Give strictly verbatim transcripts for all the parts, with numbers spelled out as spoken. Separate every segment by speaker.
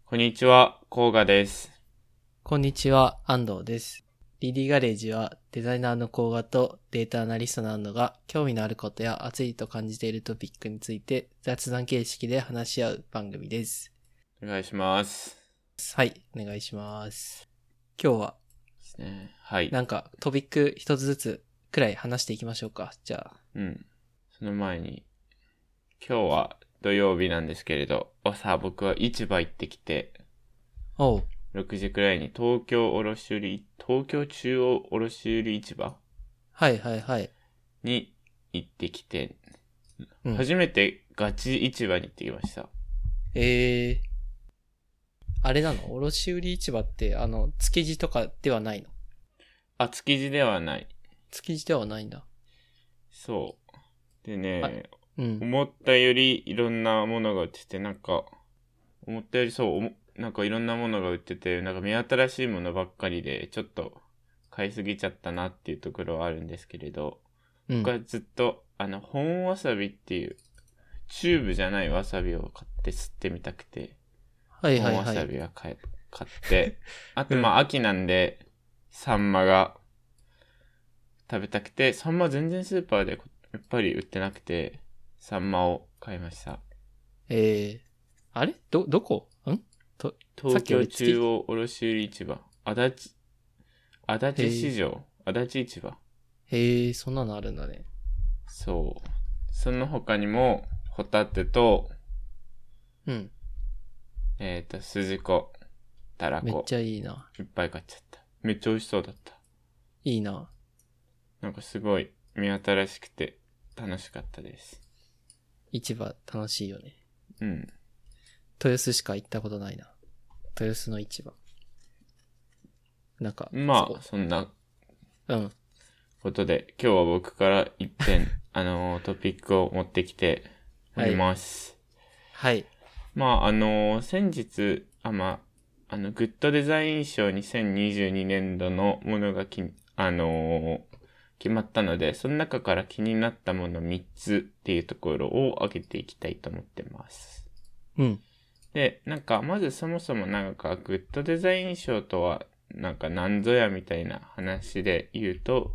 Speaker 1: こんにちは、コウガです。
Speaker 2: こんにちは、安藤です。リリーガレージはデザイナーの甲賀とデータアナリストの安藤が興味のあることや熱いと感じているトピックについて雑談形式で話し合う番組です。
Speaker 1: お願いします。
Speaker 2: はい、お願いします。今日は
Speaker 1: ですね。はい。
Speaker 2: なんかトピック一つずつくらい話していきましょうか。じゃあ。
Speaker 1: うん。その前に、今日は土曜日なんですけれど、朝僕は市場行ってきて、
Speaker 2: おう。
Speaker 1: ろくじくらいに東京卸売、東京中央卸売市場
Speaker 2: はいはいはい。
Speaker 1: に行ってきて、
Speaker 2: うん、
Speaker 1: 初めてガチ市場に行ってきました。
Speaker 2: えー。あれなの？卸売市場ってあの、築地とかではないの？
Speaker 1: あ、築地ではない。
Speaker 2: 築地ではないんだ。
Speaker 1: そう。でね、
Speaker 2: うん。
Speaker 1: 思ったよりいろんなものが売ってて、なんか、思ったよりそう、なんかいろんなものが売ってて、なんか目新しいものばっかりで、ちょっと買いすぎちゃったなっていうところはあるんですけれど、
Speaker 2: うん、
Speaker 1: 僕はずっと、あの、本わさびっていう、チューブじゃないわさびを買って吸ってみたくて、
Speaker 2: はいはいはい。
Speaker 1: 本わさびは買買って、あと
Speaker 2: うん。
Speaker 1: まあ秋なんで、サンマが食べたくて、サンマ全然スーパーでやっぱり売ってなくて、サンマを買いました。
Speaker 2: えー、あれど、どこんと、さっ
Speaker 1: 東
Speaker 2: き俺月、
Speaker 1: 京中央卸売市場、足立、足立
Speaker 2: へえ、
Speaker 1: 市場、足立市場。
Speaker 2: へえ、そんなのあるんだね。
Speaker 1: そう。その他にも、ホタテと、
Speaker 2: うん。
Speaker 1: えっと、筋子、たらこ、
Speaker 2: めっちゃいいな。
Speaker 1: いっぱい買っちゃった。めっちゃ美味しそうだった。
Speaker 2: いいな。
Speaker 1: なんかすごい、目新しくて、楽しかったです。
Speaker 2: 市場楽しいよね。
Speaker 1: うん。
Speaker 2: 豊洲しか行ったことないな。豊洲の市場。なんか、
Speaker 1: まあ、
Speaker 2: そ
Speaker 1: そんな
Speaker 2: う。うん。
Speaker 1: ことで、今日は僕から一遍、あのー、トピックを持ってきており
Speaker 2: はい。
Speaker 1: ます。
Speaker 2: はい。
Speaker 1: まあ、あのー、先日、あ、まあ、あの、グッドデザイン賞にせんにじゅうにねんどのものがき、あのー、決まったので、その中から気になったものみっつっていうところを挙げていきたいと思ってます。
Speaker 2: うん。
Speaker 1: で、なんか、まずそもそもなんか、グッドデザイン賞とは、なんか何ぞやみたいな話で言うと、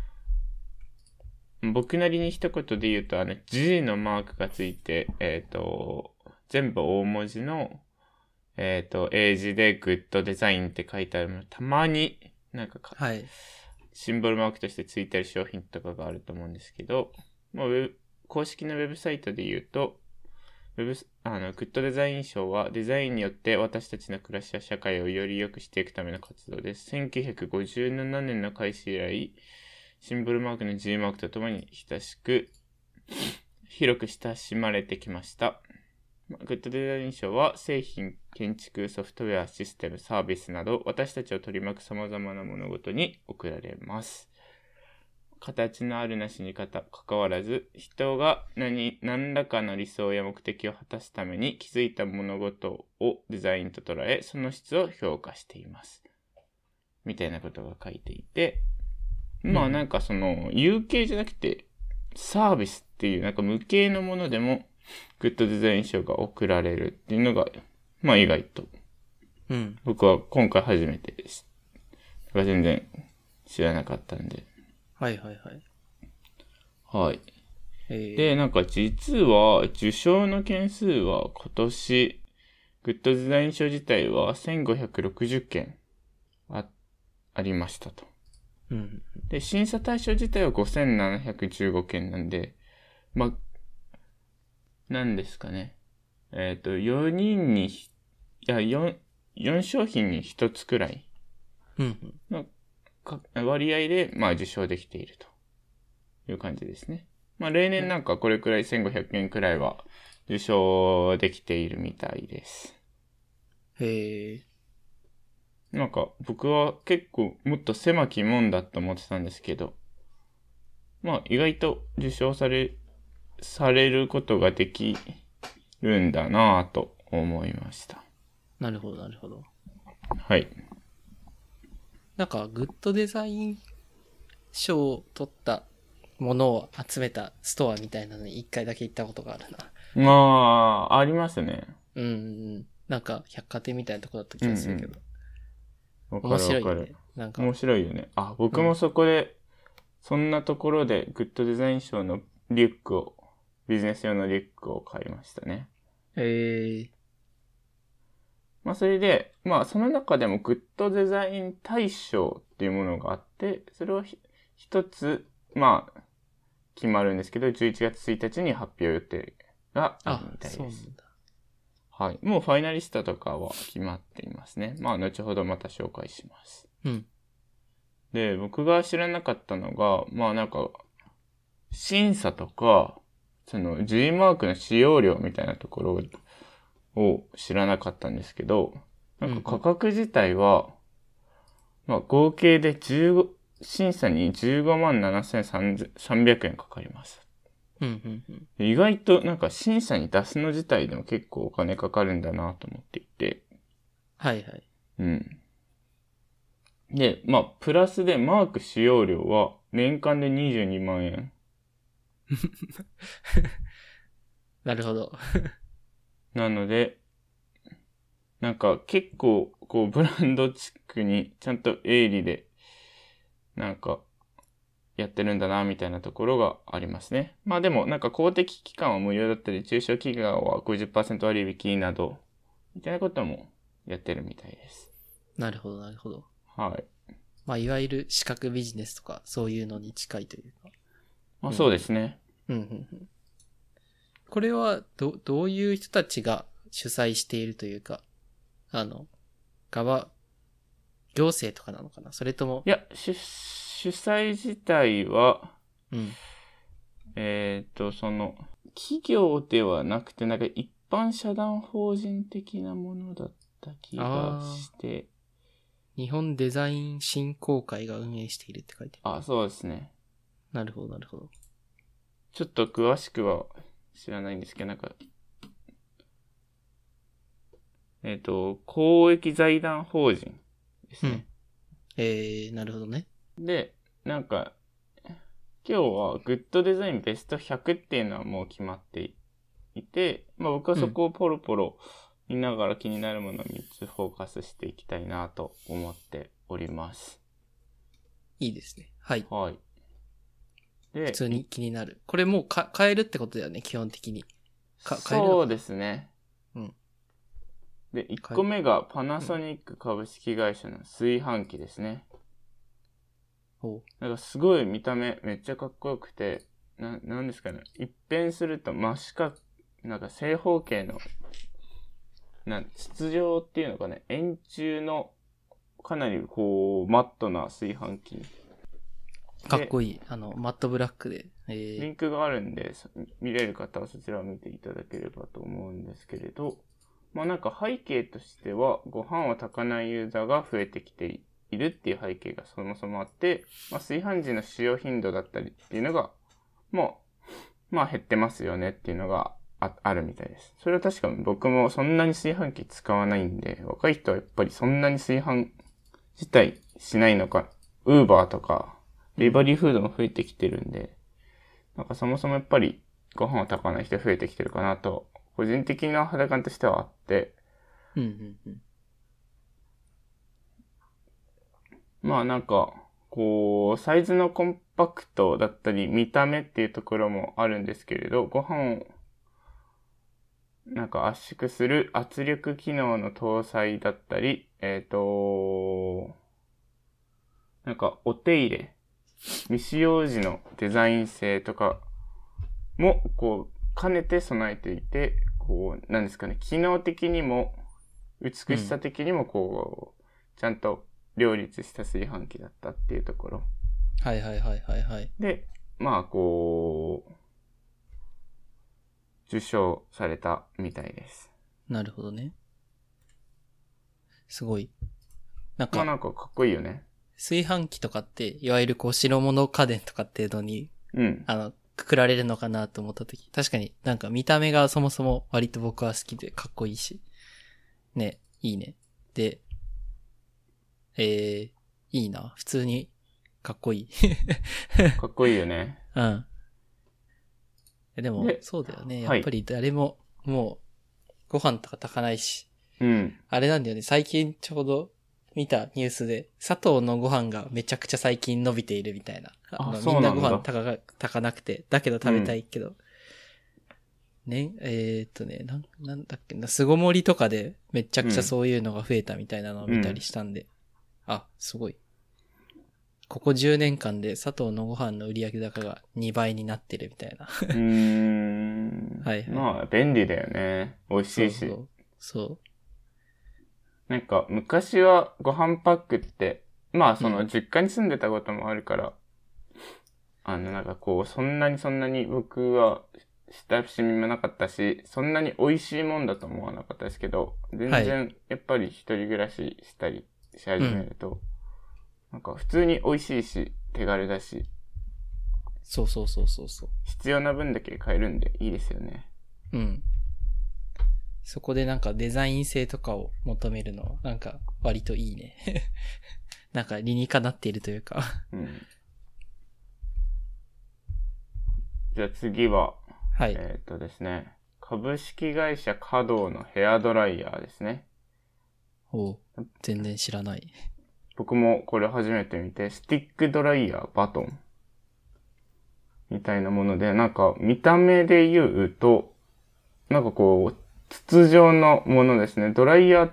Speaker 1: 僕なりに一言で言うと、あの、G のマークがついて、えっと、全部大文字の、えっと、英字でグッドデザインって書いてあるの、たまになんかか、
Speaker 2: はい。
Speaker 1: シンボルマークとしてついてる商品とかがあると思うんですけど、もうウェブ公式のウェブサイトで言うと、ウェブあのグッドデザイン賞はデザインによって私たちの暮らしや社会をより良くしていくための活動です。せんきゅうひゃくごじゅうななねんの開始以来、シンボルマークの G マークとともに親しく、広く親しまれてきました。グッドデザイン賞は製品、建築、ソフトウェア、システム、サービスなど私たちを取り巻く様々な物事に贈られます。形のあるなしにかかわらず、人が何何らかの理想や目的を果たすために気づいた物事をデザインと捉え、その質を評価しています。みたいなことが書いていて、まあなんかその有形じゃなくてサービスっていうなんか無形のものでもグッドデザイン賞が贈られるっていうのがまあ意外と、
Speaker 2: うん。
Speaker 1: 僕は今回初めてです。全然知らなかったんで。
Speaker 2: はいはいはい。
Speaker 1: はい。
Speaker 2: えー、
Speaker 1: で、なんか実は受賞の件数は今年グッドデザイン賞自体はせんごひゃくろくじゅっけん あ, ありましたと。
Speaker 2: うん。
Speaker 1: で、審査対象自体はごせんななひゃくじゅうごけんなんで、まあ、なんですかね。えっ、ー、と、よにんに、いや、よん、よん商品にひとつくらいの割合で、まあ、受賞できているという感じですね。まあ、例年なんかこれくらいせんごひゃくけんくらいは受賞できているみたいです。
Speaker 2: へえ。
Speaker 1: なんか僕は結構もっと狭き門だと思ってたんですけど、まあ意外と受賞され、されることができるんだなぁと思いました。
Speaker 2: なるほどなるほど。
Speaker 1: はい。
Speaker 2: なんか、グッドデザイン賞を取ったものを集めたストアみたいなのに一回だけ行ったことがあるな。
Speaker 1: まあ、ありますね。
Speaker 2: うん。 なんか百貨店みたいなとこだった気がするけど。
Speaker 1: わか
Speaker 2: 面
Speaker 1: るわかる。
Speaker 2: 白いよね。なんか。
Speaker 1: 面白いよね。あ、僕もそこで、そんなところでグッドデザイン賞のリュックを、ビジネス用のリュックを買いましたね。
Speaker 2: へえ。
Speaker 1: まあそれで、まあその中でもグッドデザイン大賞っていうものがあって、それを一つ、まあ、決まるんですけど、じゅういちがつついたちに発表予定があるみたいです。そうなんだ。はい。もうファイナリストとかは決まっていますね。まあ後ほどまた紹介します。
Speaker 2: うん。で、
Speaker 1: 僕が知らなかったのが、まあなんか、審査とか、その G マークの使用量みたいなところを知らなかったんですけど、なんか価格自体は、まあ合計でじゅうご、審査にじゅうごまんななせんさんびゃくえんかかります。
Speaker 2: うんうんうん、
Speaker 1: 意外となんか審査に出すの自体でも結構お金かかるんだなと思っていて。
Speaker 2: はいはい。
Speaker 1: うん。で、まあプラスでマーク使用料は年間でにじゅうにまんえん。
Speaker 2: なるほど。
Speaker 1: なので、なんか結構こうブランドチックにちゃんと営利でなんかやってるんだなみたいなところがありますね。まあでもなんか公的機関は無料だったり中小企業は ごじゅっパーセント 割引などみたいなこともやってるみたいです。
Speaker 2: なるほどなるほど。
Speaker 1: はい。
Speaker 2: まあいわゆる資格ビジネスとかそういうのに近いというか。
Speaker 1: まあそうですね。
Speaker 2: うんうんうんうん。これはど、どういう人たちが主催しているというか、あの、側、行政とかなのかな、それとも。
Speaker 1: いや、主、主催自体は、
Speaker 2: うん。
Speaker 1: えっと、その、企業ではなくて、なんか一般社団法人的なものだった気がして。
Speaker 2: 日本デザイン振興会が運営しているって書いて
Speaker 1: ある。あ、そうですね。
Speaker 2: なるほど、なるほど。
Speaker 1: ちょっと詳しくは知らないんですけど、なんか、えっと、公益財団法人ですね。うん、
Speaker 2: えー、なるほどね。
Speaker 1: で、なんか、今日はグッドデザインベストひゃくっていうのはもう決まっていて、まあ僕はそこをポロポロ見ながら気になるものをみっつフォーカスしていきたいなと思っております。
Speaker 2: いいですね。はい。
Speaker 1: はい。
Speaker 2: で、普通に気になる。これもうか買えるってことだよね、基本的に。
Speaker 1: か買えるのか。そうですね。
Speaker 2: うん。
Speaker 1: で、いっこめがパナソニック株式会社の炊飯器ですね。
Speaker 2: うん、
Speaker 1: なんかすごい見た目めっちゃかっこよくて、な、なんですかね。一変すると真四角、なんか正方形の、な、筒状っていうのかね、円柱のかなりこう、マットな炊飯器。
Speaker 2: かっこいい。あの、マットブラックで。
Speaker 1: えー、リンクがあるんで、見れる方はそちらを見ていただければと思うんですけれど、まあなんか背景としては、ご飯を炊かないユーザーが増えてきているっていう背景がそもそもあって、まあ炊飯時の使用頻度だったりっていうのが、もう、まあ減ってますよねっていうのが あ, あるみたいです。それは確か僕もそんなに炊飯器使わないんで、若い人はやっぱりそんなに炊飯自体しないのか、ウーバーとか、デリバリーフードも増えてきてるんで、なんかそもそもやっぱりご飯を炊かない人増えてきてるかなと、個人的な肌感としてはあって、
Speaker 2: うんうんうん、
Speaker 1: まあなんか、こう、サイズのコンパクトだったり、見た目っていうところもあるんですけれど、ご飯をなんか圧縮する圧力機能の搭載だったり、えっと、なんかお手入れ、未使用時のデザイン性とかも、こう、兼ねて備えていて、こう、なんですかね、機能的にも、美しさ的にも、こう、うん、ちゃんと両立した炊飯器だったっていうところ。
Speaker 2: はいはいはいはいはい。
Speaker 1: で、まあ、こう、受賞されたみたいです。
Speaker 2: なるほどね。すごい。なんか、
Speaker 1: まあなんかかっこいいよね。
Speaker 2: 炊飯器とかって、いわゆるこう白物家電とかっていうのに、
Speaker 1: うん。
Speaker 2: あの、くくられるのかなと思ったとき、確かになんか見た目がそもそも割と僕は好きでかっこいいし、ね、いいね。で、えー、いいな。普通にかっこいい。
Speaker 1: かっこいいよね。
Speaker 2: うん。でも、そうだよね。やっぱり誰も、もう、ご飯とか炊かないし、
Speaker 1: うん。
Speaker 2: あれなんだよね。最近ちょうど見たニュースで、佐藤のご飯がめちゃくちゃ最近伸びているみたいな。あ
Speaker 1: あ、
Speaker 2: の、み
Speaker 1: そうなんだ。
Speaker 2: んなご飯高が、高なくて、だけど食べたいけど。ね、えーっとね、なん、なんだっけな、巣ごもりとかでめちゃくちゃそういうのが増えたみたいなのを見たりしたんで。あ、すごい。ここじゅうねんかんで佐藤のご飯の売上高がにばいになってるみたいな。
Speaker 1: うーん。
Speaker 2: はいはい。
Speaker 1: まあ、便利だよね。美味しいし。
Speaker 2: そうそう。そう。
Speaker 1: なんか、昔はご飯パックって、まあ、その、
Speaker 2: うん
Speaker 1: 実家に住んでたこともあるから、あの、なんかこう、そんなにそんなに僕は親しみもなかったし、そんなに美味しいもんだと思わなかったですけど、全然、やっぱり一人暮らししたりし始めると、なんか普通に美味しいし、手軽だし、
Speaker 2: そうそうそうそうそう。
Speaker 1: 必要な分だけ買えるんでいいですよね。
Speaker 2: うん。そこでなんかデザイン性とかを求めるのは、なんか割といいね。なんか理にかなっているというか。
Speaker 1: うん。じゃあ次は、
Speaker 2: はい。
Speaker 1: えっとですね、株式会社華道のヘアドライヤーですね。
Speaker 2: おう全然知らない。
Speaker 1: 僕もこれ初めて見て、スティックドライヤーバトンみたいなもので、なんか見た目で言うと、なんかこう、筒状のものですね。ドライヤーって、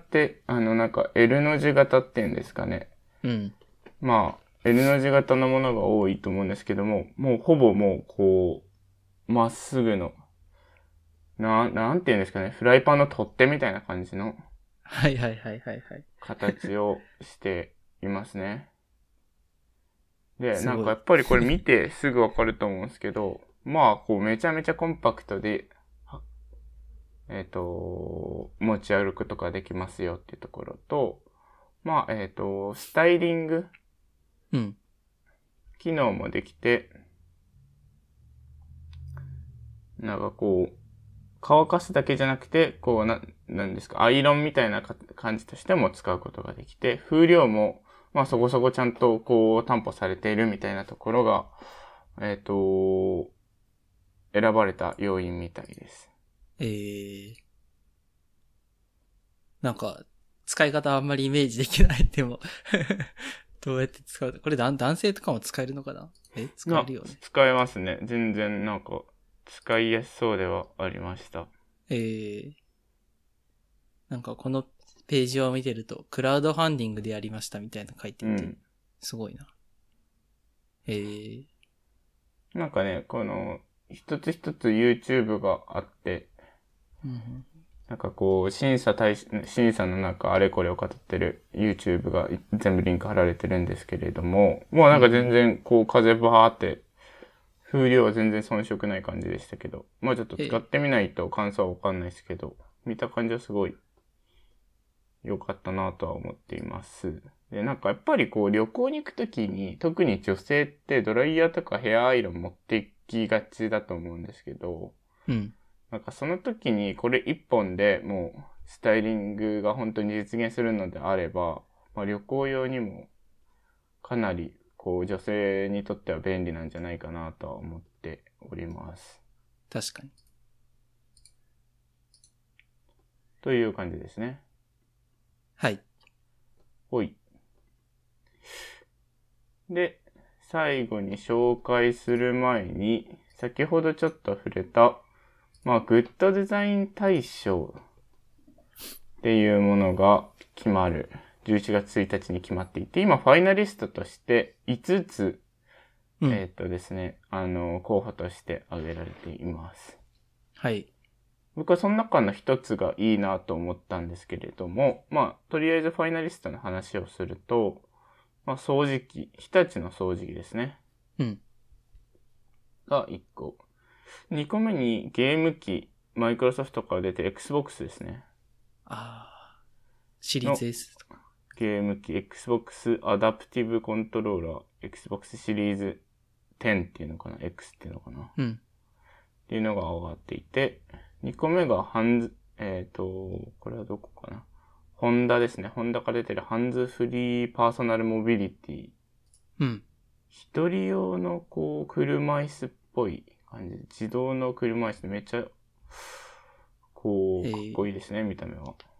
Speaker 1: あのなんか L の字型っていうんですかね。
Speaker 2: うん。
Speaker 1: まあ、L の字型のものが多いと思うんですけども、もうほぼもうこう、まっすぐの、な、なんていうんですかね。フライパンの取っ手みたいな感じの
Speaker 2: はいはいはいはいはい。
Speaker 1: 形をしていますね。で、
Speaker 2: すごい。
Speaker 1: なんかやっぱりこれ見てすぐわかると思うんですけど、まあ、こうめちゃめちゃコンパクトで、えっと、持ち歩くことができますよっていうところと、まあ、えっと、スタイリング
Speaker 2: うん。
Speaker 1: 機能もできて、なんかこう、乾かすだけじゃなくて、こう、な、なんですか、アイロンみたいな感じとしても使うことができて、風量も、まあそこそこちゃんとこう、担保されているみたいなところが、えっと、選ばれた要因みたいです。
Speaker 2: えー。なんか、使い方あんまりイメージできない。でも、どうやって使うこれ男性とかも使えるのかなえ使えるよね。
Speaker 1: 使えますね。全然なんか、使いやすそうではありました。
Speaker 2: えー。なんかこのページを見てると、クラウドファンディングでやりましたみたいなの書いてて、うん、すごいな。えー。
Speaker 1: なんかね、この、一つ一つ YouTube があって、
Speaker 2: うん、
Speaker 1: なんかこう、審査対、審査のなんかあれこれを語ってる YouTube が全部リンク貼られてるんですけれども、もうなんか全然こう風バーって、風量は全然遜色ない感じでしたけど、まあちょっと使ってみないと感想はわかんないですけど、見た感じはすごい良かったなとは思っています。で、なんかやっぱりこう旅行に行くときに、特に女性ってドライヤーとかヘアアイロン持っていきがちだと思うんですけど、
Speaker 2: うん。
Speaker 1: なんかその時にこれ一本でもうスタイリングが本当に実現するのであれば、まあ、旅行用にもかなりこう女性にとっては便利なんじゃないかなとは思っております。
Speaker 2: 確かに。
Speaker 1: という感じですね。
Speaker 2: はい。
Speaker 1: ほい。で、最後に紹介する前に、先ほどちょっと触れた、まあ、グッドデザイン大賞っていうものが決まる。じゅういちがつついたちに決まっていて、今ファイナリストとしていつつ、うん、えっとですね、あの、候補として挙げられています。
Speaker 2: はい。
Speaker 1: 僕はその中の一つがいいなと思ったんですけれども、まあ、とりあえずファイナリストの話をすると、まあ、掃除機、日立の掃除機ですね。
Speaker 2: うん。
Speaker 1: がいっこ。にこめにゲーム機、マイクロソフトから出て Xbox ですね。
Speaker 2: ああ。シリーズ S とか。
Speaker 1: ゲーム機、Xbox アダプティブコントローラー、Xbox シリーズじゅうっていうのかな ?X っていうのかな
Speaker 2: うん。
Speaker 1: っていうのが上がっていて、にこめがハンズ、えっと、これはどこかなホンダですね。ホンダから出てるハンズフリーパーソナルモビリティ。
Speaker 2: うん。
Speaker 1: 一人用のこう、車椅子っぽい感じで、自動の車椅子めっちゃ、こう、かっこいいですね、見た目は。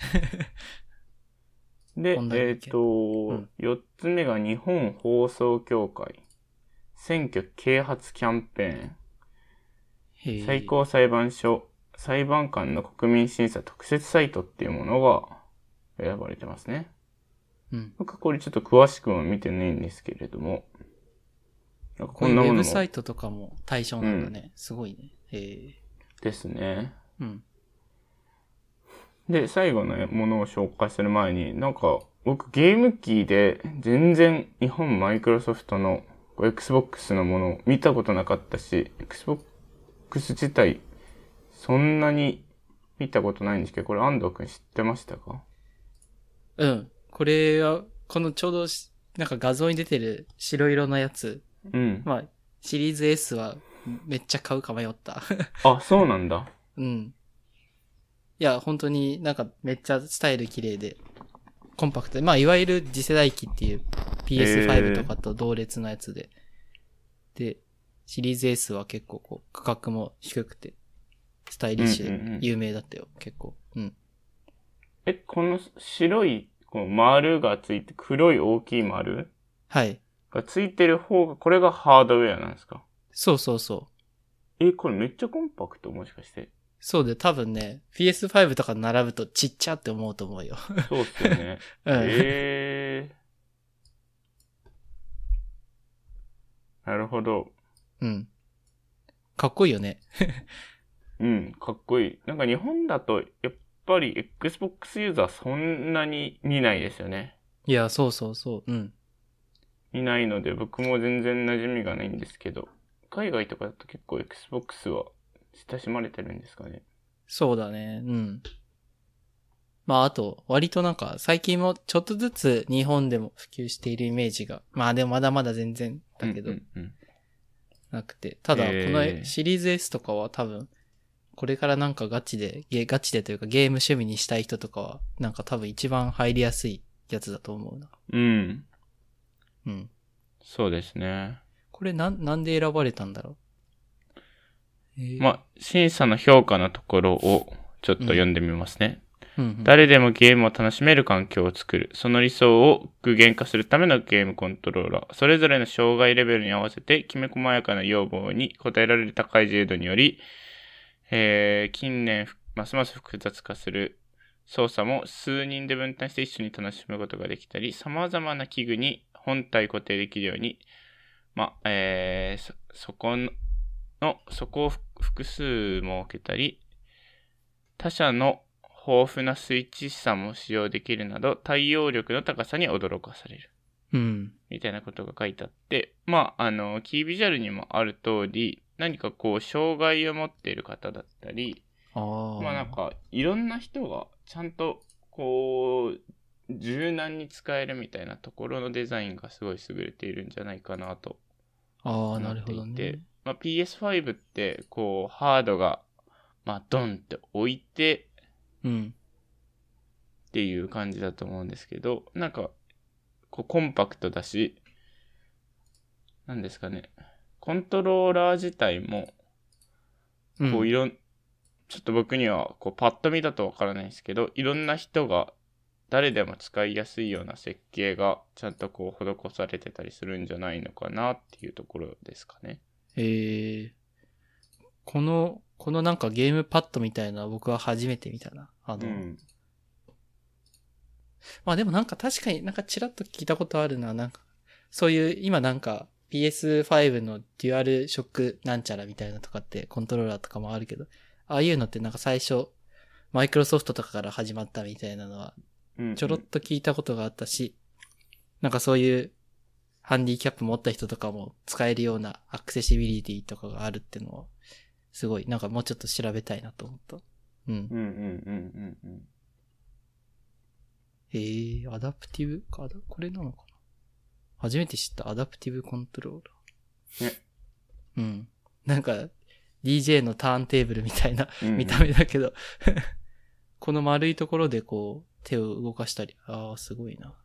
Speaker 1: で、
Speaker 2: こんなの
Speaker 1: えっ、
Speaker 2: 意見
Speaker 1: と、
Speaker 2: うん
Speaker 1: よっつめが日本放送協会。選挙啓発キャンペーン。
Speaker 2: へー
Speaker 1: 最高裁判所裁判官の国民審査特設サイトっていうものが選ばれてますね。
Speaker 2: うん。
Speaker 1: 僕これちょっと詳しくは見てないんですけれども。なんか
Speaker 2: こういうウェ
Speaker 1: こんなものも
Speaker 2: ブサイトとかも対象なんだね。すごいね。へ
Speaker 1: ですね。
Speaker 2: ーうん。
Speaker 1: で、最後のものを紹介する前に、なんか僕ゲーム機で全然日本マイクロソフトの Xbox のものを見たことなかったし、Xbox 自体そんなに見たことないんですけど、これ安藤くん知ってましたか？
Speaker 2: うん。これは、このちょうどし、なんか画像に出てる白色のやつ。
Speaker 1: うん。
Speaker 2: まあ、シリーズ S はめっちゃ買うか迷った。
Speaker 1: あ、そうなんだ。
Speaker 2: うん。いや、本当になんかめっちゃスタイル綺麗で、コンパクトで、まあ、いわゆる次世代機っていう ピーエスファイブ とかと同列のやつで、で、シリーズ S は結構こう、価格も低くて、スタイリッシ
Speaker 1: うんうんうん
Speaker 2: ュで有名だったよ、結構。うん。
Speaker 1: え、この白いこの丸がついて、黒い大きい丸
Speaker 2: はい。
Speaker 1: がついてる方が、これがハードウェアなんですか？
Speaker 2: そうそうそう。
Speaker 1: え、これめっちゃコンパクトもしかして。
Speaker 2: そうで、多分ね、ピーエスファイブ とか並ぶとちっちゃって思うと思うよ。
Speaker 1: そうっすよね。
Speaker 2: うん。
Speaker 1: えー。なるほど。
Speaker 2: うん。かっこいいよね。
Speaker 1: うん、かっこいい。なんか日本だと、やっぱり Xbox ユーザーそんなに見ないですよね。
Speaker 2: いや、そうそうそう。うん。
Speaker 1: 見ないので、僕も全然馴染みがないんですけど、海外とかだと結構 Xbox は親しまれてるんですかね。
Speaker 2: そうだね。うん。まあ、あと、割となんか、最近もちょっとずつ日本でも普及しているイメージが、まあでもまだまだ全然だけど、
Speaker 1: うんうんうん、
Speaker 2: なくて。ただ、こ
Speaker 1: えー
Speaker 2: のシリーズ S とかは多分、これからなんかガチで、ゲガチでというかゲーム趣味にしたい人とかは、なんか多分一番入りやすいやつだと思うな。
Speaker 1: うん。
Speaker 2: うん。
Speaker 1: そうですね。
Speaker 2: これなん、なんで選ばれたんだろう。えー、
Speaker 1: まあ、審査の評価のところをちょっと読んでみますね。
Speaker 2: うんうん、
Speaker 1: 誰でもゲームを楽しめる環境を作る。その理想を具現化するためのゲームコントローラー。それぞれの障害レベルに合わせてきめ細やかな要望に応えられる高い自由度により、えー、近年ますます複雑化する操作も数人で分担して一緒に楽しむことができたり、様々な器具に本体固定できるように、まあ、えー、そ、そこの、そこを複数設けたり、他社の豊富なスイッチ資産も使用できるなど、対応力の高さに驚かされる。
Speaker 2: うん。
Speaker 1: みたいなことが書いてあって、まあ、あの、キービジュアルにもある通り、何かこう、障害を持っている方だったり、
Speaker 2: ああ。
Speaker 1: まあなんか、いろんな人がちゃんと、こう、柔軟に使えるみたいなところのデザインがすごい優れているんじゃないかなと
Speaker 2: ああ、
Speaker 1: 思
Speaker 2: なる
Speaker 1: っていて、
Speaker 2: ほどね。
Speaker 1: まあ、ピーエスファイブ って、こう、ハードが、まあ、ドンって置いて、
Speaker 2: うん。
Speaker 1: っていう感じだと思うんですけど、なんか、こう、コンパクトだし、なんですかね、コントローラー自体も、こう、いろん、ちょっと僕には、こう、パッと見だとわからないんですけど、いろんな人が、誰でも使いやすいような設計が、ちゃんとこう、施されてたりするんじゃないのかなっていうところですかね。
Speaker 2: へえ。この、このなんかゲームパッドみたいな僕は初めて見たな。あの、
Speaker 1: うん、
Speaker 2: まあでもなんか確かになんかちらっと聞いたことあるな。なんか、そういう今なんか ピーエスファイブ のデュアルショックなんちゃらみたいなとかってコントローラーとかもあるけど、ああいうのってなんか最初、マイクロソフトとかから始まったみたいなのはちょろっと聞いたことがあったし、なんかそういうハンディキャップ持った人とかも使えるようなアクセシビリティとかがあるっていうのは、すごい、なんかもうちょっと調べたいなと思った。うん。
Speaker 1: うんうんうんうんうん。
Speaker 2: えー、アダプティブか、これなのかな。初めて知ったアダプティブコントローラー。
Speaker 1: ね。
Speaker 2: うん。なんか、ディージェー のターンテーブルみたいな見た目だけど、この丸いところでこう、手を動かしたり、ああ、すごいな。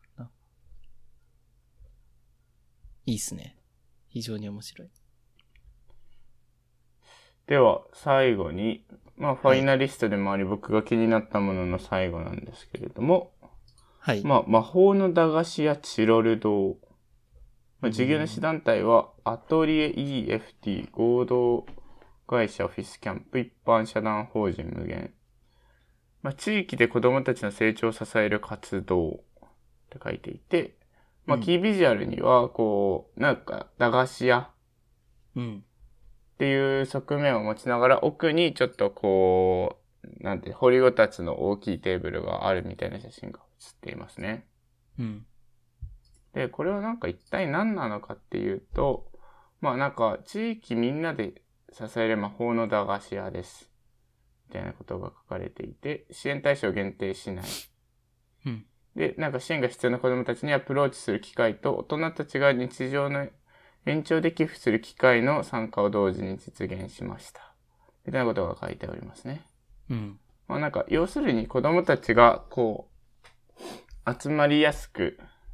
Speaker 2: いいっすね。非常に面白い。
Speaker 1: では、最後に、まあ、ファイナリストでもあり、はい、僕が気になったものの最後なんですけれども、
Speaker 2: はい。
Speaker 1: まあ、魔法の駄菓子屋チロル堂。まあ、事業主団体は、アトリエ イーエフティー 合同会社オフィスキャンプ一般社団法人無限。まあ、地域で子供たちの成長を支える活動って書いていて、まあ、キービジュアルには、こう、なんか、駄菓子屋っていう側面を持ちながら、奥にちょっとこう、なんて、掘りごたつの大きいテーブルがあるみたいな写真が写っていますね。
Speaker 2: うん。
Speaker 1: で、これはなんか一体何なのかっていうと、まあなんか、地域みんなで支える魔法の駄菓子屋です。みたいなことが書かれていて、支援対象を限定しない。
Speaker 2: うん。
Speaker 1: で、なんか支援が必要な子供たちにアプローチする機会と、大人たちが日常の延長で寄付する機会の参加を同時に実現しました。みたいなことが書いておりますね。
Speaker 2: うん。
Speaker 1: まあなんか、要するに子供たちが、こう、集まりやすく、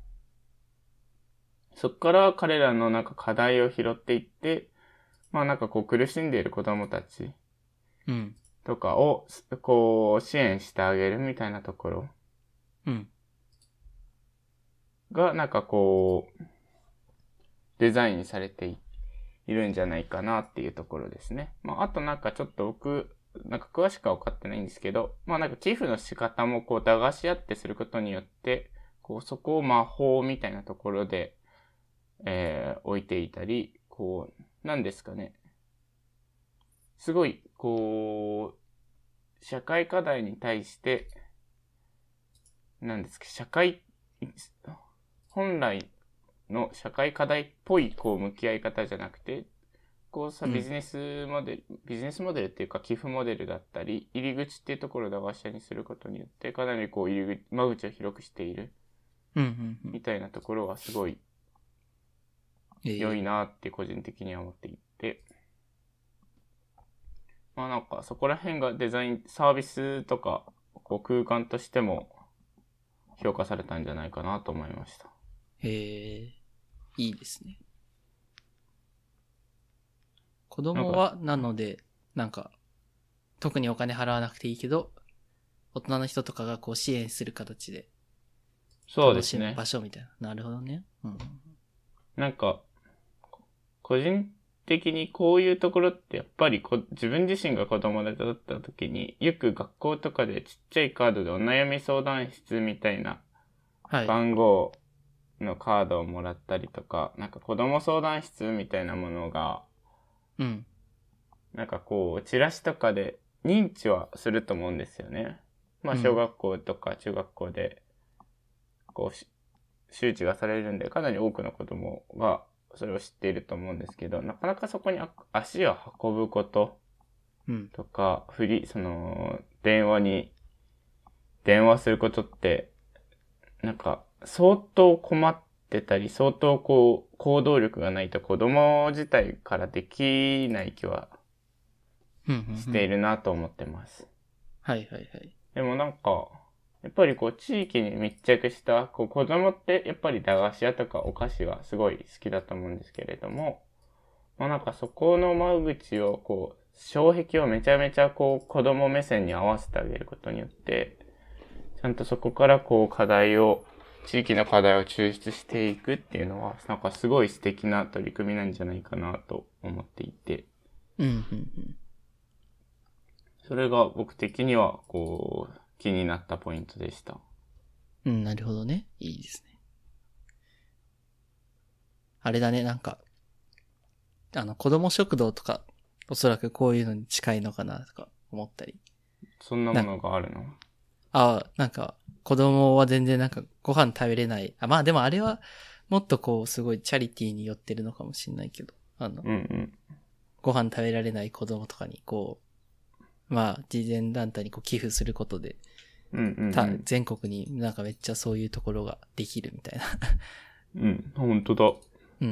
Speaker 1: そこから彼らのなんか課題を拾っていって、まあなんかこう苦しんでいる子供たちとかをこう支援してあげるみたいなところがなんかこうデザインされているんじゃないかなっていうところですね。まああとなんかちょっと僕なんか詳しくは分かってないんですけど、まあなんか寄付の仕方もこう駄菓子屋ってすることによってこうそこを魔法みたいなところでえー、置いていたり、こう、なんですかね。すごい、こう、社会課題に対して、なんですか、社会、本来の社会課題っぽい、こう、向き合い方じゃなくて、こうさ、ビジネスモデル、うん、ビジネスモデルっていうか、寄付モデルだったり、入り口っていうところを駄菓子屋にすることによって、かなりこう、入り口、間口を広くしている、みたいなところはすごい、良いなって個人的には思っていて、まあなんかそこら辺がデザイン、サービスとかこう空間としても評価されたんじゃないかなと思いました。
Speaker 2: へえ、いいですね。子供はなので、なんか特にお金払わなくていいけど、大人の人とかがこう支援する形で楽しむ場所みたいな。なるほどね。うん、
Speaker 1: なんか個人的にこういうところってやっぱりこ自分自身が子供だった時によく学校とかでちっちゃいカードでお悩み相談室みたいな番号のカードをもらったりとか、はい、なんか子供相談室みたいなものが、
Speaker 2: うん、
Speaker 1: なんかこうチラシとかで認知はすると思うんですよね。まあ小学校とか中学校でこう周知がされるんでかなり多くの子供がそれを知っていると思うんですけど、なかなかそこに足を運ぶこととか、うん、振り、その、電話に、電話することって、なんか、相当困ってたり、相当こう、行動力がないと子供自体からできない気は、しているなと思ってます。
Speaker 2: はいはいはい。
Speaker 1: でもなんか、やっぱりこう地域に密着した、こう子供ってやっぱり駄菓子屋とかお菓子がすごい好きだと思うんですけれども、まあなんかそこの間口をこう、障壁をめちゃめちゃこう子供目線に合わせてあげることによって、ちゃんとそこからこう課題を、地域の課題を抽出していくっていうのは、なんかすごい素敵な取り組みなんじゃないかなと思っていて、
Speaker 2: うんうんうん、
Speaker 1: それが僕的にはこう、気になったポイントでした。
Speaker 2: うん、なるほどね。いいですね。あれだね、なんか、あの、子供食堂とか、おそらくこういうのに近いのかなとか思ったり。
Speaker 1: そんなものがあるの？
Speaker 2: ああ、なんか、子供は全然なんかご飯食べれない。あ、まあでもあれは、もっとこう、すごいチャリティーに寄ってるのかもしれないけど、あの、
Speaker 1: うんうん、
Speaker 2: ご飯食べられない子供とかにこう、まあ、慈善団体にこう寄付することで、
Speaker 1: うんうんうん、
Speaker 2: た全国になんかめっちゃそういうところができるみたいな。
Speaker 1: うん、本当だ。
Speaker 2: うん。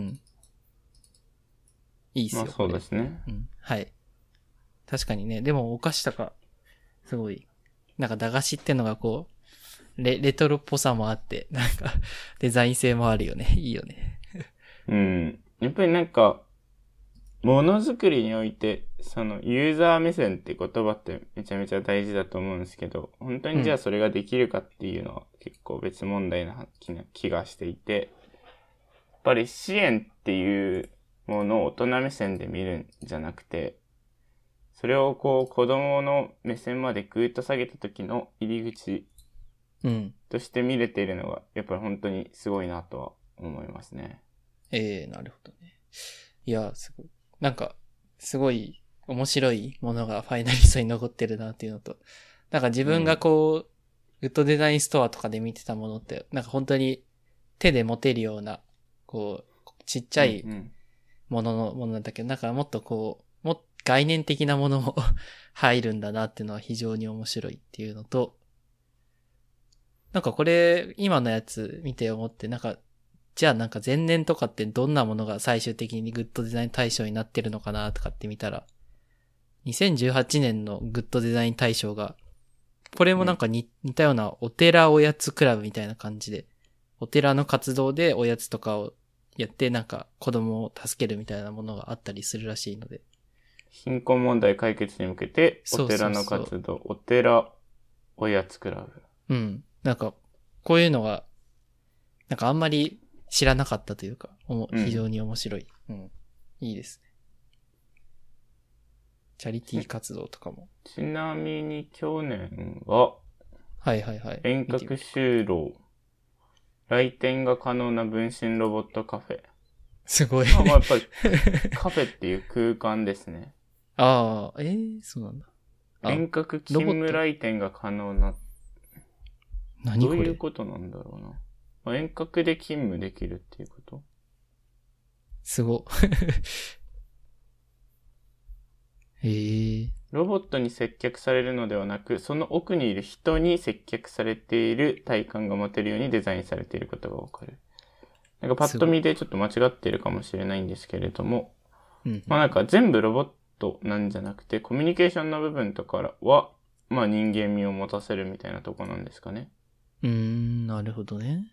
Speaker 2: いいっすよ。
Speaker 1: まあそうですね。
Speaker 2: うん。はい。確かにね、でもお菓子とか、すごい、なんか駄菓子ってのがこう、レ、レトロっぽさもあって、なんかデザイン性もあるよね。いいよね。
Speaker 1: うん。やっぱりなんか、 ものづくりにおいて、そのユーザー目線って言葉ってめちゃめちゃ大事だと思うんですけど、本当にじゃあそれができるかっていうのは結構別問題な気がしていて、やっぱり支援っていうものを大人目線で見るんじゃなくて、それをこう子供の目線までぐーっと下げた時の入り口として見れているのがやっぱり本当にすごいなとは思いますね。
Speaker 2: ええー、なるほどね。いや、すごい。なんか、すごい面白いものがファイナリストに残ってるなっていうのと、なんか自分がこう、グッドデザインストアとかで見てたものって、なんか本当に手で持てるような、こう、ちっちゃいもののものなんだけど、なんかもっとこう、も概念的なものも入るんだなっていうのは非常に面白いっていうのと、なんかこれ、今のやつ見て思って、なんか、じゃあなんか前年とかってどんなものが最終的にグッドデザイン大賞になってるのかなとかって見たら、にせんじゅうはちねんのグッドデザイン大賞が、これもなんか似たようなお寺おやつクラブみたいな感じで、お寺の活動でおやつとかをやってなんか子供を助けるみたいなものがあったりするらしいので。
Speaker 1: 貧困問題解決に向けて、お寺の活動、そうそうそう、お寺おやつクラ
Speaker 2: ブ。うん。なんか、こういうのが、なんかあんまり知らなかったというか、非常に面白い。うん。うん、いいですね。チャリティー活動とかも。
Speaker 1: ちなみに去年は、
Speaker 2: はいはいはい。
Speaker 1: 遠隔就労。来店が可能な分身ロボットカフェ。
Speaker 2: すごい。
Speaker 1: あ、まあ、やっぱりカフェっていう空間ですね。
Speaker 2: ああ、ええー、そうなんだ。
Speaker 1: 遠隔勤務来店が可能な。
Speaker 2: 何これ？
Speaker 1: どういうことなんだろうな。まあ、遠隔で勤務できるっていうこと？
Speaker 2: すご。へえー。
Speaker 1: ロボットに接客されるのではなく、その奥にいる人に接客されている体感が持てるようにデザインされていることがわかる。なんかパッと見でちょっと間違っているかもしれないんですけれども、
Speaker 2: うん、
Speaker 1: まあなんか全部ロボットなんじゃなくて、コミュニケーションの部分とかは、まあ人間味を持たせるみたいなとこなんですかね。
Speaker 2: うーん、なるほどね。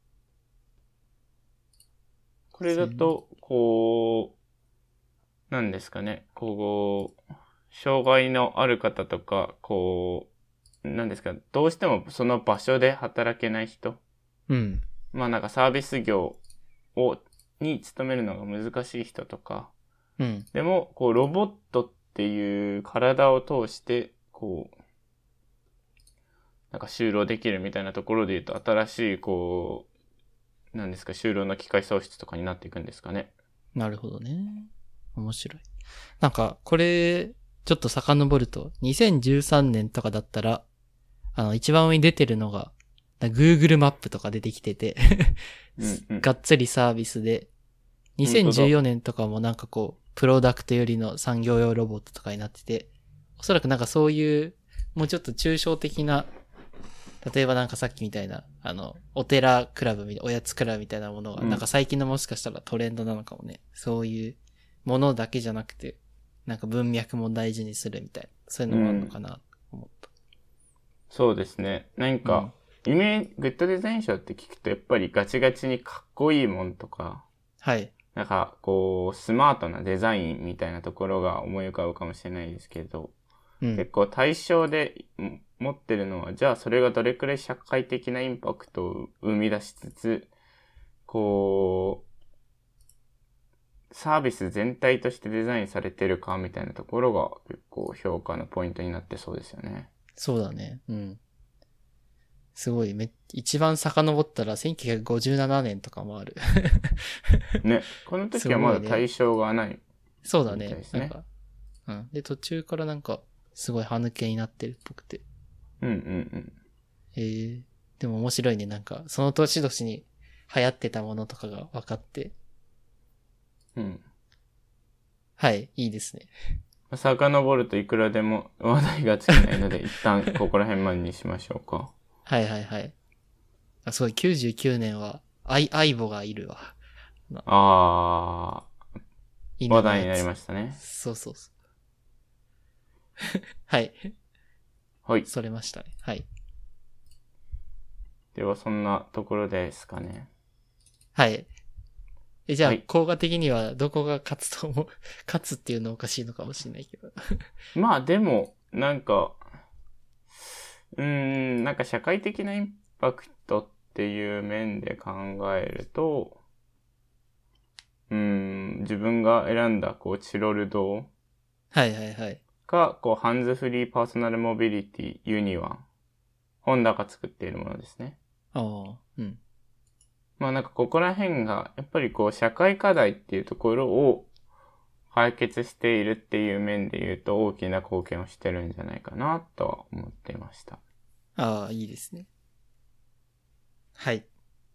Speaker 1: これだと、こう、なんですかね、こう、障害のある方とか、こう、なんですか、どうしてもその場所で働けない人。
Speaker 2: うん。
Speaker 1: まあなんかサービス業を、に勤めるのが難しい人とか。
Speaker 2: うん。
Speaker 1: でも、こう、ロボットっていう体を通して、こう、なんか就労できるみたいなところで言うと、新しい、こう、なんですか、就労の機会創出とかになっていくんですかね。
Speaker 2: なるほどね。面白い。なんか、これ、ちょっと遡ると、にせんじゅうさんねんとかだったら、あの、一番上に出てるのが、Google マップとか出てきてて
Speaker 1: うんうん、
Speaker 2: がっつりサービスで、にせんじゅうよねんとかもなんかこう、プロダクトよりの産業用ロボットとかになってて、おそらくなんかそういう、もうちょっと抽象的な、例えばなんかさっきみたいな、あの、お寺クラブみたいな、おやつクラブみたいなものが、なんか最近のもしかしたらトレンドなのかもね。そういうものだけじゃなくて、なんか文脈も大事にするみたいな、そういうのもあるのかなと思った、うん。
Speaker 1: そうですね。なんか、うん、イメージ、グッドデザイン賞って聞くとやっぱりガチガチにかっこいいもんとか、
Speaker 2: はい。
Speaker 1: なんか、こう、スマートなデザインみたいなところが思い浮かぶかもしれないですけど、うん、結構対象で持ってるのは、じゃあそれがどれくらい社会的なインパクトを生み出しつつ、こう、サービス全体としてデザインされてるかみたいなところが結構評価のポイントになってそうですよね。
Speaker 2: そうだね。うん。すごい、め、一番遡ったらせんきゅうひゃくごじゅうななねんとかもある。
Speaker 1: ね。この時はまだ対象がない、ね。
Speaker 2: そうだね。なんか、うん。で、途中からなんか、すごい歯抜けになってるっぽくて。
Speaker 1: うんうんうん。
Speaker 2: えー、でも面白いね。なんか、その年々に流行ってたものとかが分かって。
Speaker 1: うん。
Speaker 2: はい、いいですね。
Speaker 1: 遡るといくらでも話題が尽きないので、一旦ここら辺までにしましょうか。
Speaker 2: はいはいはい。あ、すごい、きゅうじゅうきゅうねんは、アイ、アイボがいるわ。
Speaker 1: あー。話題になりましたね。
Speaker 2: そうそうそう。はい。
Speaker 1: はい。
Speaker 2: それましたね。はい。
Speaker 1: では、そんなところですかね。
Speaker 2: はい。 え、じゃあ、
Speaker 1: はい、
Speaker 2: 効果的にはどこが勝つと思う勝つっていうのはおかしいのかもしれないけど。
Speaker 1: まあでも、なんか、うーん、なんか社会的なインパクトっていう面で考えると、うーん、自分が選んだ、こう、チロル堂
Speaker 2: はいはいはい。
Speaker 1: が、こう、ハンズフリーパーソナルモビリティユニワン。ホンダが作っているものですね。
Speaker 2: ああ、うん。
Speaker 1: まあなんかここら辺が、やっぱりこう、社会課題っていうところを解決しているっていう面で言うと大きな貢献をしてるんじゃないかなとは思っていました。
Speaker 2: ああ、いいですね。はい。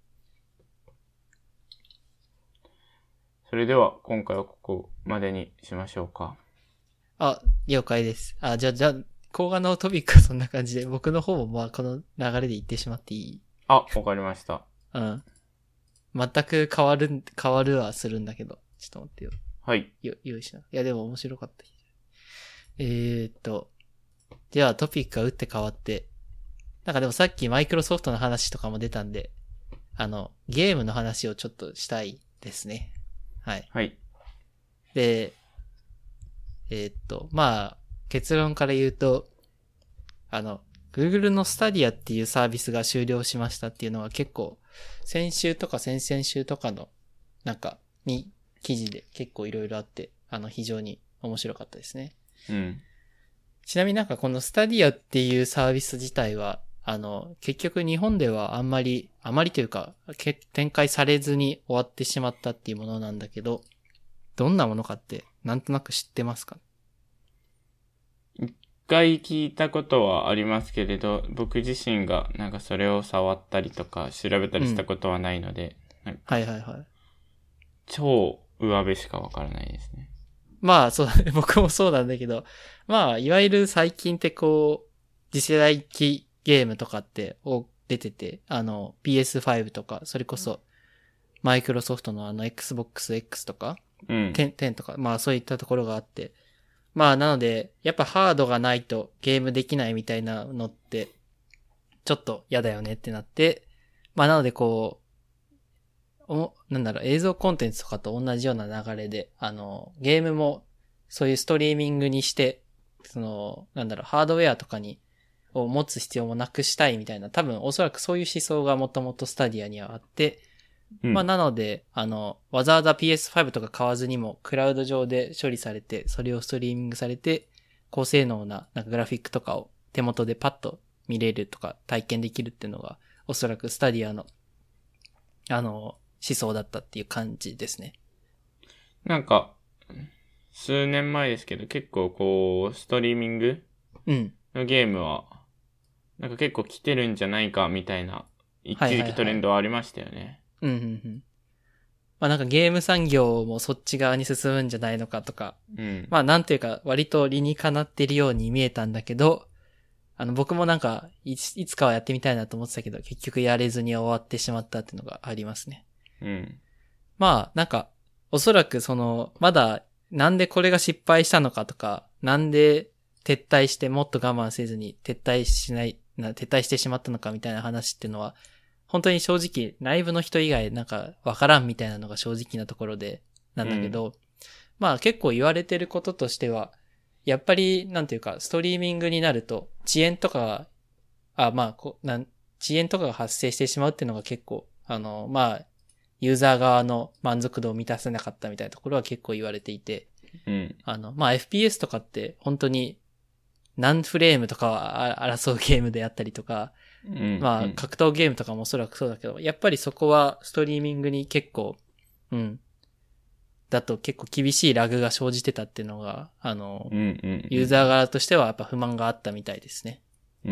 Speaker 1: それでは今回はここまでにしましょうか。
Speaker 2: あ、了解です。あ、じゃあ、じゃあ、動画のトピックはそんな感じで、僕の方もまあこの流れで言ってしまっていい？
Speaker 1: あ、わかりました。
Speaker 2: うん。全く変わる、変わるはするんだけど、ちょっと待ってよ。
Speaker 1: はい。
Speaker 2: よ、用意しな。いや、でも面白かった。えーっと、ではトピックが打って変わって、なんかでもさっきマイクロソフトの話とかも出たんで、あの、ゲームの話をちょっとしたいですね。はい。
Speaker 1: はい。
Speaker 2: で、えーっと、まあ、結論から言うと、あの、Google の Stadia っていうサービスが終了しましたっていうのは結構、先週とか先々週とかの、なんか、に、記事で結構いろいろあって、あの、非常に面白かったですね。
Speaker 1: うん。
Speaker 2: ちなみになんかこの Stadia っていうサービス自体は、あの、結局日本ではあんまり、あまりというか、展開されずに終わってしまったっていうものなんだけど、どんなものかってなんとなく知ってますか？
Speaker 1: 一回聞いたことはありますけれど、僕自身がなんかそれを触ったりとか調べたりしたことはないので、うん、なんか
Speaker 2: はいはいはい。
Speaker 1: 超上辺しかわからないですね。
Speaker 2: まあそうだね。僕もそうなんだけど、まあいわゆる最近ってこう、次世代機ゲームとかって出てて、あの ピーエスファイブ とか、それこそマイクロソフトのあの Xbox X とか、
Speaker 1: うん。
Speaker 2: テン、テンとか、まあそういったところがあって、まあなので、やっぱハードがないとゲームできないみたいなのって、ちょっと嫌だよねってなって、まあなのでこう、お、なんだろう、映像コンテンツとかと同じような流れで、あの、ゲームもそういうストリーミングにして、その、なんだろう、ハードウェアとかに、を持つ必要もなくしたいみたいな、多分おそらくそういう思想がもともとスタディアにはあって、
Speaker 1: うん、
Speaker 2: まあなので、あの、わざわざ ピーエスファイブ とか買わずにも、クラウド上で処理されて、それをストリーミングされて、高性能な、なんかグラフィックとかを手元でパッと見れるとか体験できるっていうのが、おそらくスタディアの、あの、思想だったっていう感じですね。
Speaker 1: なんか、数年前ですけど、結構こう、ストリーミングのゲームは、なんか結構来てるんじゃないかみたいな、一時期トレンドはありましたよね。
Speaker 2: うんうんうん。まあなんかゲーム産業もそっち側に進むんじゃないのかとか、
Speaker 1: うん、
Speaker 2: まあなんていうか割と理にかなってるように見えたんだけど、あの僕もなんかいつ、いつかはやってみたいなと思ってたけど、結局やれずに終わってしまったっていうのがありますね。
Speaker 1: うん。
Speaker 2: まあなんか、おそらくその、まだなんでこれが失敗したのかとか、なんで撤退してもっと我慢せずに撤退しない、な撤退してしまったのかみたいな話っていうのは、本当に正直内部の人以外なんかわからんみたいなのが正直なところでなんだけど、うん、まあ結構言われてることとしては、やっぱりなんていうかストリーミングになると遅延とか、あ、まあこなん遅延とかが発生してしまうっていうのが結構、あの、まあ、ユーザー側の満足度を満たせなかったみたいなところは結構言われていて、
Speaker 1: うん、
Speaker 2: あの、まあ エフピーエス とかって本当に何フレームとかは争うゲームであったりとか、
Speaker 1: うん、
Speaker 2: まあ、格闘ゲームとかもおそらくそうだけど、やっぱりそこはストリーミングに結構、うん、だと結構厳しいラグが生じてたっていうのが、あの、
Speaker 1: うんうんうん、
Speaker 2: ユーザー側としてはやっぱ不満があったみたいですね。
Speaker 1: うん。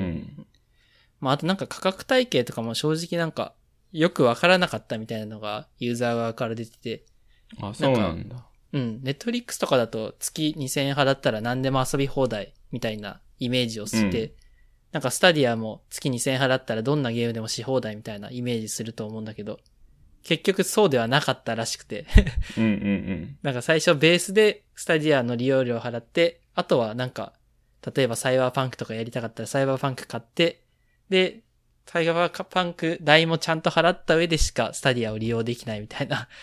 Speaker 2: まあ、あとなんか価格体系とかも正直なんか、よくわからなかったみたいなのがユーザー側から出てて。
Speaker 1: あ、そうなんだ。
Speaker 2: うん。ネットフリックスとかだと月にせんえん払ったら何でも遊び放題みたいなイメージをして、うん、なんかスタディアも月にせんえん払ったらどんなゲームでもし放題みたいなイメージすると思うんだけど、結局そうではなかったらしくて
Speaker 1: うんうんうん。
Speaker 2: なんか最初ベースでスタディアの利用料を払って、あとはなんか、例えばサイバーパンクとかやりたかったらサイバーパンク買って、で、サイバーパンク代もちゃんと払った上でしかスタディアを利用できないみたいな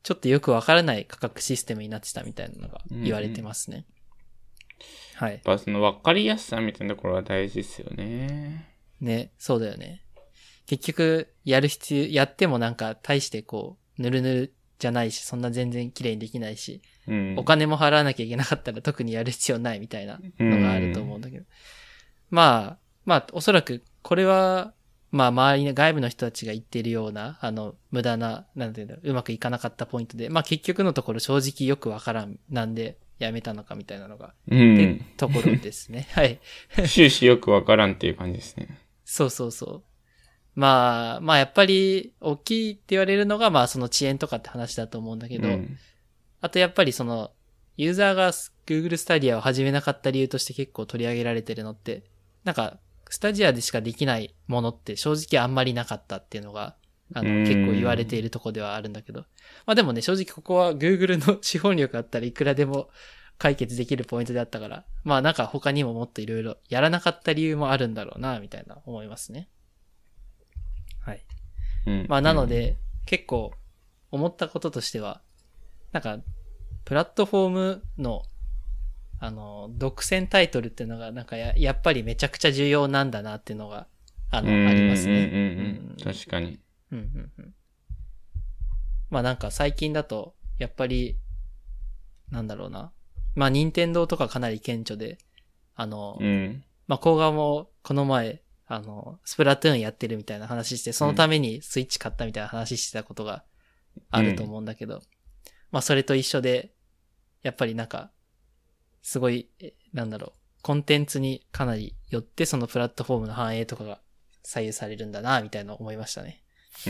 Speaker 2: ちょっとよくわからない価格システムになってたみたいなのが言われてますね。うんうん、はい。やっ
Speaker 1: ぱその分かりやすさみたいなところは大事ですよね。
Speaker 2: ね、そうだよね。結局、やる必要、やってもなんか大してこう、ぬるぬるじゃないし、そんな全然綺麗にできないし、うん、お金も払わなきゃいけなかったら特にやる必要ないみたいなのがあると思うんだけど。うん、まあ、まあ、おそらく、これは、まあ、周りの外部の人たちが言っているような、あの、無駄な、なんていうんだろう、うまくいかなかったポイントで、まあ結局のところ正直よくわからん、なんでやめたのかみたいなのが、
Speaker 1: うん、
Speaker 2: ってところですね。はい。
Speaker 1: 終始よくわからんっていう感じですね。
Speaker 2: そうそうそう。まあ、まあやっぱり、大きいって言われるのが、まあその遅延とかって話だと思うんだけど、うん、あとやっぱりその、ユーザーが Google Stadia を始めなかった理由として結構取り上げられてるのって、なんか、スタジアでしかできないものって正直あんまりなかったっていうのが、あの、結構言われているところではあるんだけど。まあでもね、正直ここは Google の資本力あったらいくらでも解決できるポイントであったから、まあなんか他にももっといろいろやらなかった理由もあるんだろうな、みたいな思いますね。はい。うん、まあなので、結構思ったこととしては、なんか、プラットフォームのあの、独占タイトルっていうのが、なんかや、やっぱりめちゃくちゃ重要なんだなっていうのが、あの、ありますね。うん
Speaker 1: うんうん。確かに。
Speaker 2: うんうんうん。まあなんか最近だと、やっぱり、なんだろうな。まあ、任天堂とかかなり顕著で、あの、うん、まあ、甲賀もこの前、あの、スプラトゥーンやってるみたいな話して、そのためにスイッチ買ったみたいな話してたことがあると思うんだけど、うん、まあ、それと一緒で、やっぱりなんか、すごい、なんだろう、コンテンツにかなりよってそのプラットフォームの反映とかが左右されるんだな、みたいな思いましたね。
Speaker 1: うん。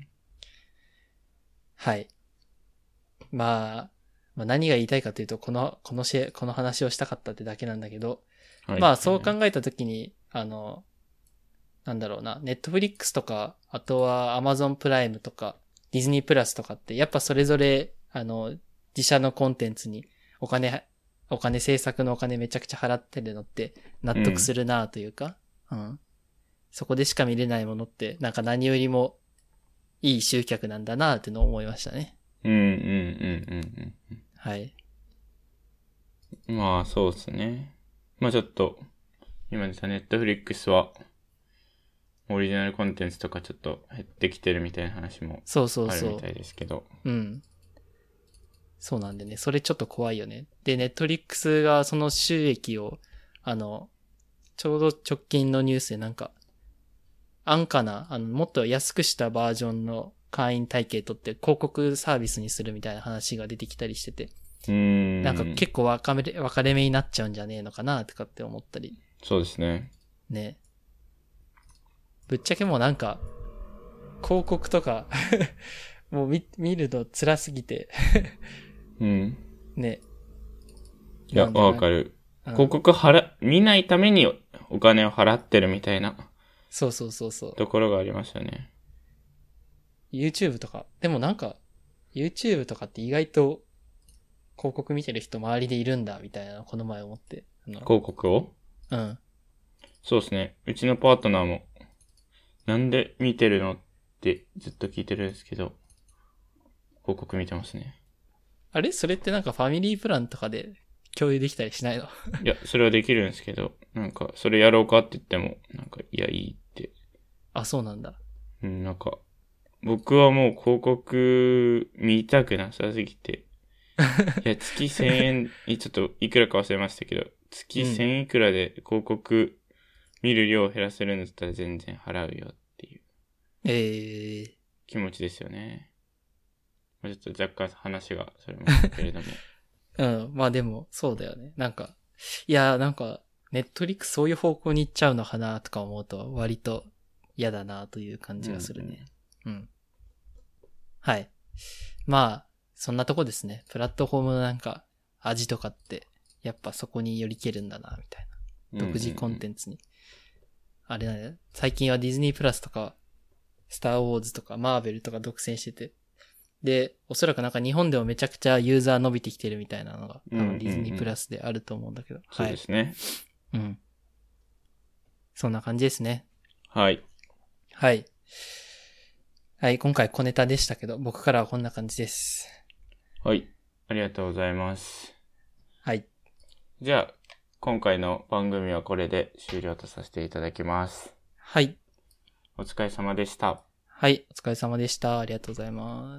Speaker 2: はい。まあ、まあ、何が言いたいかというと、この、このシェ、この話をしたかったってだけなんだけど、はい、まあそう考えたときに、あの、なんだろうな、ネットフリックスとか、あとはアマゾンプライムとか、ディズニープラスとかって、やっぱそれぞれ、あの、自社のコンテンツにお金、お金制作のお金めちゃくちゃ払ってるのって納得するなというか、うん、うん。そこでしか見れないものって、なんか何よりもいい集客なんだなってのを思いましたね。
Speaker 1: うんうんうんうんうん。
Speaker 2: はい。
Speaker 1: まあそうですね。まあちょっと、今でさ、ネットフリックスは、オリジナルコンテンツとかちょっと減ってきてるみたいな話もあるみたいですけど。
Speaker 2: そうそうそう。うん。そうなんでね、それちょっと怖いよね。で、ネットフリックスがその収益を、あの、ちょうど直近のニュースでなんか、安価な、あの、もっと安くしたバージョンの会員体系取って広告サービスにするみたいな話が出てきたりしてて、
Speaker 1: うーん
Speaker 2: なんか結構分かれ、分かれ目になっちゃうんじゃねえのかなとかって思ったり。
Speaker 1: そうですね。
Speaker 2: ね。ぶっちゃけもうなんか、広告とか、もう見、見るの辛すぎて。
Speaker 1: うん。
Speaker 2: ね。
Speaker 1: いや、わかる。うん、広告払、見ないためにお金を払ってるみたいな。
Speaker 2: そうそうそうそう。
Speaker 1: ところがありましたね。
Speaker 2: YouTube とか。でもなんか、YouTube とかって意外と広告見てる人周りでいるんだ、みたいな、この前思って。
Speaker 1: 広告を？
Speaker 2: うん。
Speaker 1: そうですね。うちのパートナーも、なんで見てるのってずっと聞いてるんですけど、広告見てますね。
Speaker 2: あれそれってなんかファミリープランとかで共有できたりしないの？
Speaker 1: いや、それはできるんですけど、なんか、それやろうかって言っても、なんか、いや、いいって。
Speaker 2: あ、そうなんだ。
Speaker 1: うん、なんか、僕はもう広告見たくなさすぎて。いや、月せんえん、ちょっといくらか忘れましたけど、月せんいくらで広告見る量を減らせるんだったら全然払うよっていう。
Speaker 2: ええー。
Speaker 1: 気持ちですよね。ちょっと若干話がそれましたけれども。
Speaker 2: うん、まあでも、そうだよね。なんか、いや、なんか、ネットリックスそういう方向に行っちゃうのかなとか思うと、割と嫌だなという感じがするね。うん、うん。はい。まあ、そんなとこですね。プラットフォームのなんか、味とかって、やっぱそこによりけるんだな、みたいな。独自コンテンツに。あれだね。最近はディズニープラスとか、スターウォーズとか、マーベルとか独占してて。で、おそらくなんか日本でもめちゃくちゃユーザー伸びてきてるみたいなのが、多分ディズニープラスであると思うんだけど。うん
Speaker 1: うんうん、はい。そうですね。
Speaker 2: うん。そんな感じですね。
Speaker 1: はい。
Speaker 2: はい。はい、今回小ネタでしたけど、僕からはこんな感じです。
Speaker 1: はい。ありがとうございます。
Speaker 2: はい。
Speaker 1: じゃあ、今回の番組はこれで終了とさせていただきます。
Speaker 2: はい。
Speaker 1: お疲れ様でした。
Speaker 2: はい。お疲れ様でした。ありがとうございます。